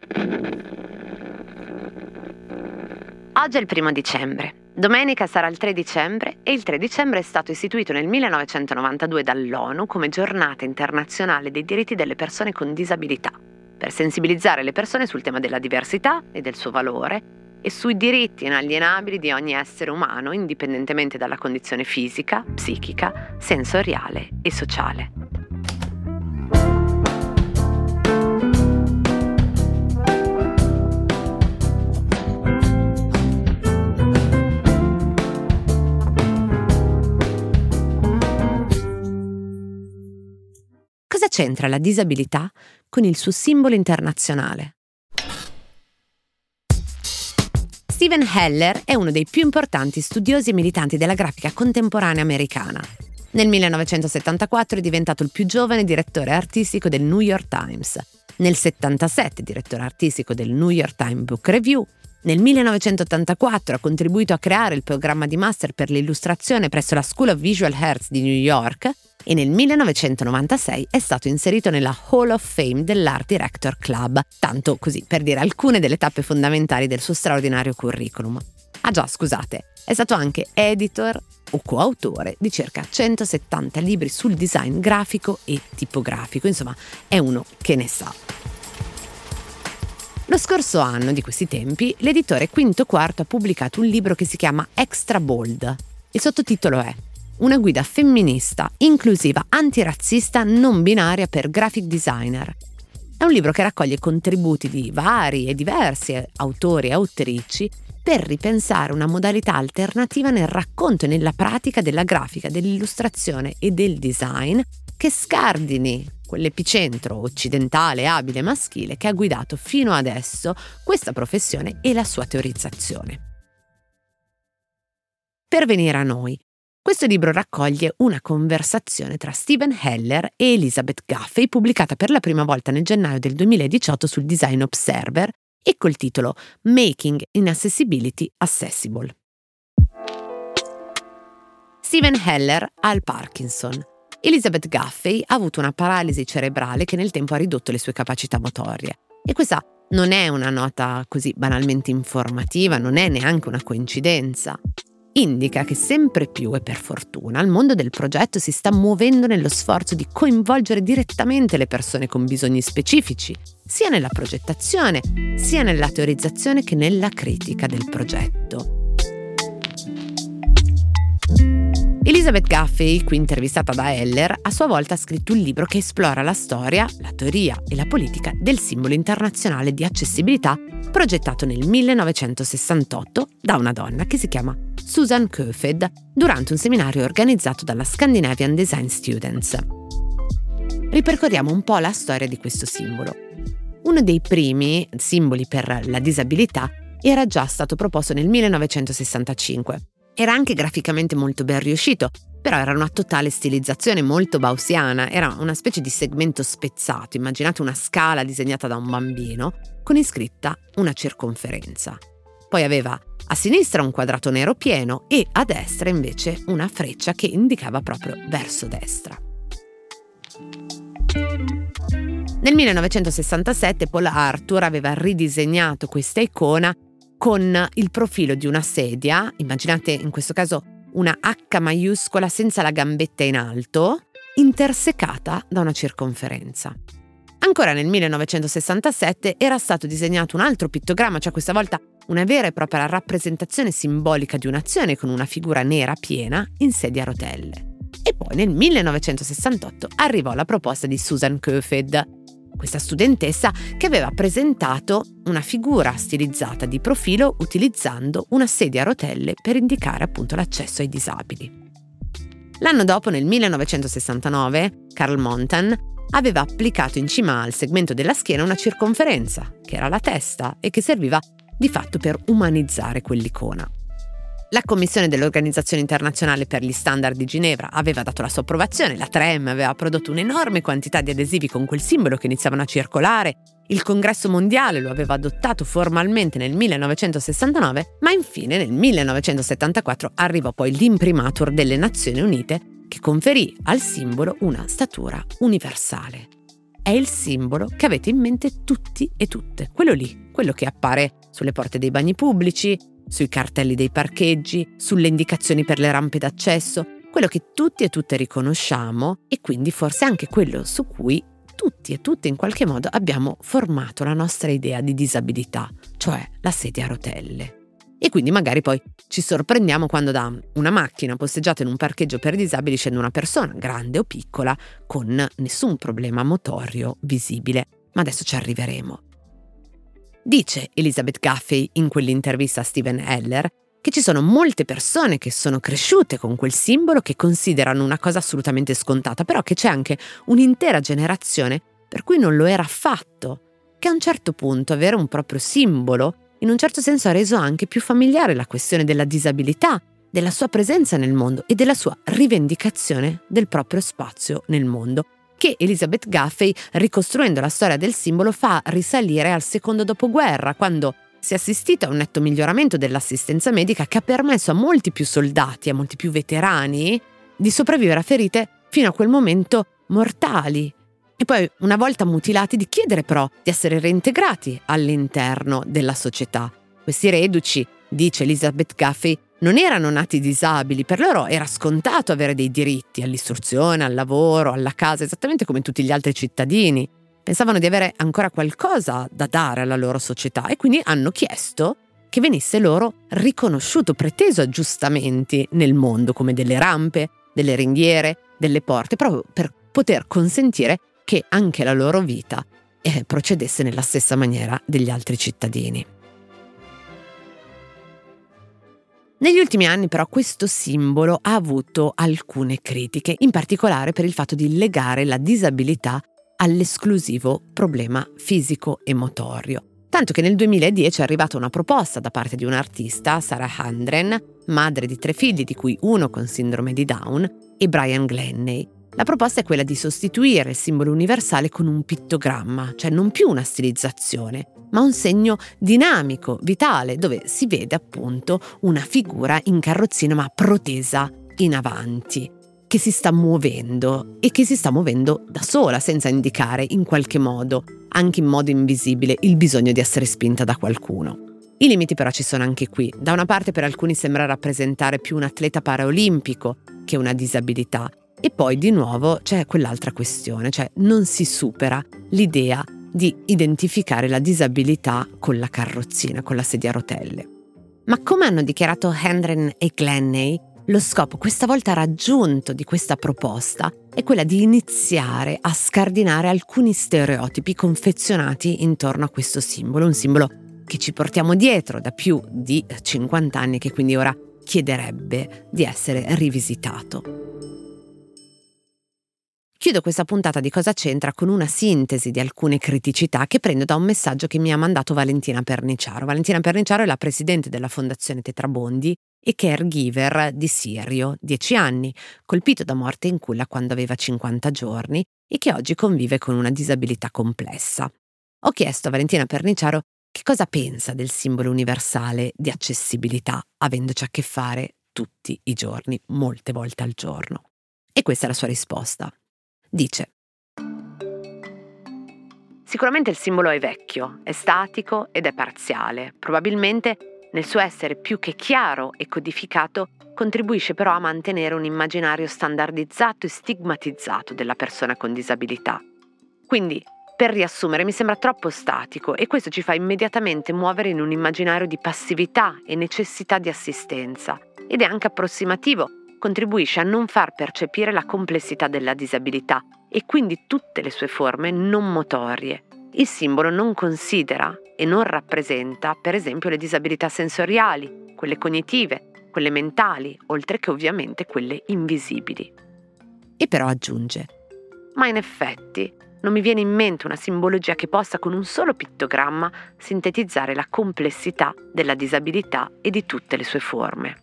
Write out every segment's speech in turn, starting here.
Oggi è il 1° dicembre. Domenica sarà il 3 dicembre e il 3 dicembre è stato istituito nel 1992 dall'ONU come Giornata internazionale dei diritti delle persone con disabilità, per sensibilizzare le persone sul tema della diversità e del suo valore e sui diritti inalienabili di ogni essere umano, indipendentemente dalla condizione fisica, psichica, sensoriale e sociale. Cosa c'entra la disabilità con il suo simbolo internazionale? Steven Heller è uno dei più importanti studiosi e militanti della grafica contemporanea americana. Nel 1974 è diventato il più giovane direttore artistico del New York Times. Nel 1977 direttore artistico del New York Times Book Review. Nel 1984 ha contribuito a creare il programma di master per l'illustrazione presso la School of Visual Arts di New York e nel 1996 è stato inserito nella Hall of Fame dell'Art Director Club, tanto così per dire alcune delle tappe fondamentali del suo straordinario curriculum. Ah già, scusate, è stato anche editor o coautore di circa 170 libri sul design grafico e tipografico, insomma è uno che ne sa. Lo scorso anno, di questi tempi, l'editore Quinto Quarto ha pubblicato un libro che si chiama Extra Bold. Il sottotitolo è Una guida femminista, inclusiva, antirazzista, non binaria per graphic designer. È un libro che raccoglie contributi di vari e diversi autori e autrici per ripensare una modalità alternativa nel racconto e nella pratica della grafica, dell'illustrazione e del design che scardini quell'epicentro occidentale, abile e maschile che ha guidato fino adesso questa professione e la sua teorizzazione. Per venire a noi, questo libro raccoglie una conversazione tra Steven Heller e Elizabeth Gaffey pubblicata per la prima volta nel gennaio del 2018 sul Design Observer e col titolo Making Inaccessibility Accessible. Steven Heller ha il Parkinson. Elizabeth Gaffey ha avuto una paralisi cerebrale che nel tempo ha ridotto le sue capacità motorie. E questa non è una nota così banalmente informativa, non è neanche una coincidenza. Indica che sempre più, e per fortuna, il mondo del progetto si sta muovendo nello sforzo di coinvolgere direttamente le persone con bisogni specifici, sia nella progettazione, sia nella teorizzazione che nella critica del progetto. Elizabeth Gaffey, qui intervistata da Heller, a sua volta ha scritto un libro che esplora la storia, la teoria e la politica del simbolo internazionale di accessibilità progettato nel 1968 da una donna che si chiama Susan Köfed durante un seminario organizzato dalla Scandinavian Design Students. Ripercorriamo un po' la storia di questo simbolo. Uno dei primi simboli per la disabilità era già stato proposto nel 1965. Era anche graficamente molto ben riuscito, però era una totale stilizzazione molto gaussiana, era una specie di segmento spezzato, immaginate una scala disegnata da un bambino, con iscritta una circonferenza. Poi aveva a sinistra un quadrato nero pieno e a destra invece una freccia che indicava proprio verso destra. Nel 1967 Paul Arthur aveva ridisegnato questa icona con il profilo di una sedia, immaginate in questo caso una H maiuscola senza la gambetta in alto, intersecata da una circonferenza. Ancora nel 1967 era stato disegnato un altro pittogramma, cioè questa volta una vera e propria rappresentazione simbolica di un'azione con una figura nera piena in sedia a rotelle. E poi nel 1968 arrivò la proposta di Susan Köfed, questa studentessa che aveva presentato una figura stilizzata di profilo utilizzando una sedia a rotelle per indicare appunto l'accesso ai disabili. L'anno dopo, nel 1969, Carl Montan aveva applicato in cima al segmento della schiena una circonferenza, che era la testa e che serviva di fatto per umanizzare quell'icona. La Commissione dell'Organizzazione Internazionale per gli Standard di Ginevra aveva dato la sua approvazione, la 3M aveva prodotto un'enorme quantità di adesivi con quel simbolo che iniziavano a circolare, il Congresso Mondiale lo aveva adottato formalmente nel 1969, ma infine nel 1974 arrivò poi l'imprimatur delle Nazioni Unite che conferì al simbolo una statura universale. è il simbolo che avete in mente tutti e tutte, quello lì, quello che appare sulle porte dei bagni pubblici, sui cartelli dei parcheggi, sulle indicazioni per le rampe d'accesso, quello che tutti e tutte riconosciamo e quindi forse anche quello su cui tutti e tutte in qualche modo abbiamo formato la nostra idea di disabilità, cioè la sedia a rotelle. E quindi magari poi ci sorprendiamo quando da una macchina posteggiata in un parcheggio per disabili scende una persona, grande o piccola, con nessun problema motorio visibile. Ma adesso ci arriveremo. Dice Elizabeth Gaffey in quell'intervista a Steven Heller che ci sono molte persone che sono cresciute con quel simbolo, che considerano una cosa assolutamente scontata, però che c'è anche un'intera generazione per cui non lo era affatto, che a un certo punto avere un proprio simbolo in un certo senso ha reso anche più familiare la questione della disabilità, della sua presenza nel mondo e della sua rivendicazione del proprio spazio nel mondo, che Elizabeth Gaffey, ricostruendo la storia del simbolo, fa risalire al secondo dopoguerra, quando si è assistito a un netto miglioramento dell'assistenza medica che ha permesso a molti più soldati, a molti più veterani, di sopravvivere a ferite fino a quel momento mortali. E poi, una volta mutilati, di chiedere però di essere reintegrati all'interno della società. Questi reduci, dice Elizabeth Gaffey, non erano nati disabili, per loro era scontato avere dei diritti all'istruzione, al lavoro, alla casa, esattamente come tutti gli altri cittadini. Pensavano di avere ancora qualcosa da dare alla loro società e quindi hanno chiesto che venisse loro riconosciuto, preteso aggiustamenti nel mondo, come delle rampe, delle ringhiere, delle porte, proprio per poter consentire che anche la loro vita procedesse nella stessa maniera degli altri cittadini. Negli ultimi anni però questo simbolo ha avuto alcune critiche, in particolare per il fatto di legare la disabilità all'esclusivo problema fisico e motorio. Tanto che nel 2010 è arrivata una proposta da parte di un'artista, Sarah Handren, madre di 3 figli di cui uno con sindrome di Down, e Brian Glenney. La proposta è quella di sostituire il simbolo universale con un pittogramma, cioè non più una stilizzazione, ma un segno dinamico, vitale, dove si vede appunto una figura in carrozzina ma protesa in avanti, che si sta muovendo e che si sta muovendo da sola, senza indicare in qualche modo, anche in modo invisibile, il bisogno di essere spinta da qualcuno. I limiti però ci sono anche qui. Da una parte per alcuni sembra rappresentare più un atleta paraolimpico che una disabilità. E poi di nuovo c'è quell'altra questione, cioè non si supera l'idea di identificare la disabilità con la carrozzina, con la sedia a rotelle. Ma come hanno dichiarato Handren e Glenney, lo scopo questa volta raggiunto di questa proposta è quella di iniziare a scardinare alcuni stereotipi confezionati intorno a questo simbolo, un simbolo che ci portiamo dietro da più di 50 anni, che quindi ora chiederebbe di essere rivisitato. Chiudo questa puntata di Cosa c'entra con una sintesi di alcune criticità che prendo da un messaggio che mi ha mandato Valentina Perniciaro. Valentina Perniciaro è la presidente della Fondazione Tetrabondi e caregiver di Sirio, 10 anni, colpito da morte in culla quando aveva 50 giorni e che oggi convive con una disabilità complessa. Ho chiesto a Valentina Perniciaro che cosa pensa del simbolo universale di accessibilità, avendoci a che fare tutti i giorni, molte volte al giorno. E questa è la sua risposta. Dice: sicuramente il simbolo è vecchio, è statico ed è parziale. Probabilmente nel suo essere più che chiaro e codificato contribuisce però a mantenere un immaginario standardizzato e stigmatizzato della persona con disabilità. Quindi, per riassumere, mi sembra troppo statico e questo ci fa immediatamente muovere in un immaginario di passività e necessità di assistenza, ed è anche approssimativo. Contribuisce a non far percepire la complessità della disabilità e quindi tutte le sue forme non motorie. Il simbolo non considera e non rappresenta, per esempio, le disabilità sensoriali, quelle cognitive, quelle mentali, oltre che ovviamente quelle invisibili. E però aggiunge: ma in effetti non mi viene in mente una simbologia che possa con un solo pittogramma sintetizzare la complessità della disabilità e di tutte le sue forme.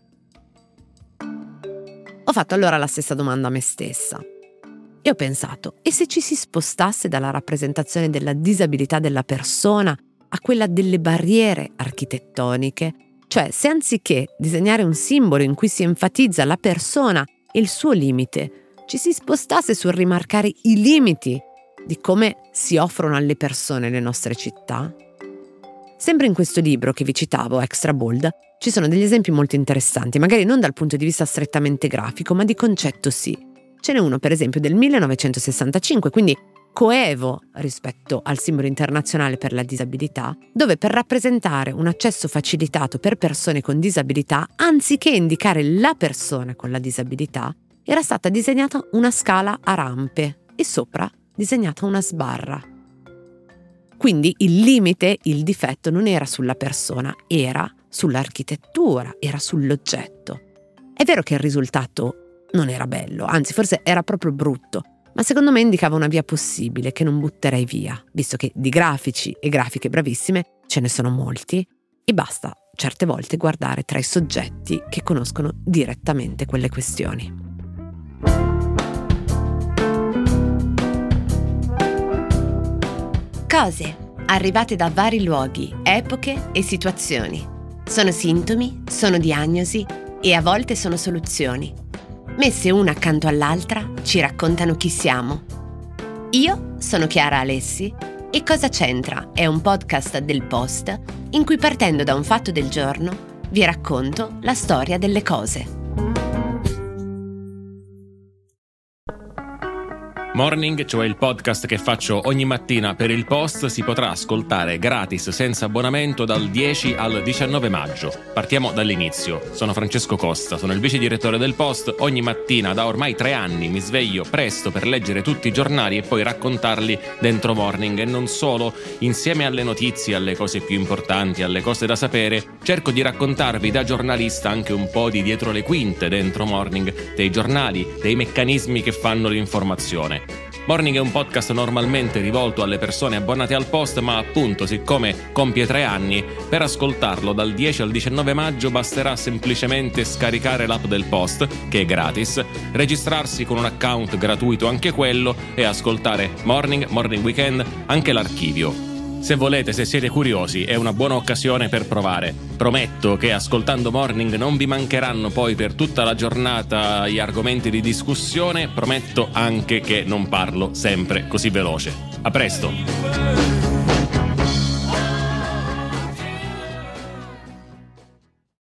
Ho fatto allora la stessa domanda a me stessa e ho pensato: e se ci si spostasse dalla rappresentazione della disabilità della persona a quella delle barriere architettoniche? Cioè, se anziché disegnare un simbolo in cui si enfatizza la persona e il suo limite, ci si spostasse sul rimarcare i limiti di come si offrono alle persone le nostre città? Sempre in questo libro che vi citavo, Extra Bold, ci sono degli esempi molto interessanti, magari non dal punto di vista strettamente grafico, ma di concetto sì. Ce n'è uno, per esempio, del 1965, quindi coevo rispetto al simbolo internazionale per la disabilità, dove per rappresentare un accesso facilitato per persone con disabilità, anziché indicare la persona con la disabilità, era stata disegnata una scala a rampe e sopra disegnata una sbarra. Quindi il limite, il difetto non era sulla persona, era sull'architettura, era sull'oggetto. È vero che il risultato non era bello, anzi forse era proprio brutto, ma secondo me indicava una via possibile che non butterei via, visto che di grafici e grafiche bravissime ce ne sono molti e basta certe volte guardare tra i soggetti che conoscono direttamente quelle questioni. Cose arrivate da vari luoghi, epoche e situazioni. Sono sintomi, sono diagnosi e a volte sono soluzioni. Messe una accanto all'altra ci raccontano chi siamo. Io sono Chiara Alessi e Cosa c'entra è un podcast del Post in cui, partendo da un fatto del giorno, vi racconto la storia delle cose. Morning, cioè il podcast che faccio ogni mattina per il Post, si potrà ascoltare gratis senza abbonamento dal 10 al 19 maggio. Partiamo dall'inizio. Sono Francesco Costa, sono il vice direttore del Post. Ogni mattina da ormai 3 anni mi sveglio presto per leggere tutti i giornali e poi raccontarli dentro Morning, e non solo. Insieme alle notizie, alle cose più importanti, alle cose da sapere, cerco di raccontarvi da giornalista anche un po' di dietro le quinte dentro Morning, dei giornali, dei meccanismi che fanno l'informazione. Morning è un podcast normalmente rivolto alle persone abbonate al Post, ma appunto, siccome compie 3 anni, per ascoltarlo dal 10 al 19 maggio basterà semplicemente scaricare l'app del Post, che è gratis, registrarsi con un account gratuito anche quello e ascoltare Morning Weekend, anche l'archivio. Se volete, se siete curiosi, è una buona occasione per provare. Prometto che ascoltando Morning non vi mancheranno poi per tutta la giornata gli argomenti di discussione, prometto anche che non parlo sempre così veloce. A presto!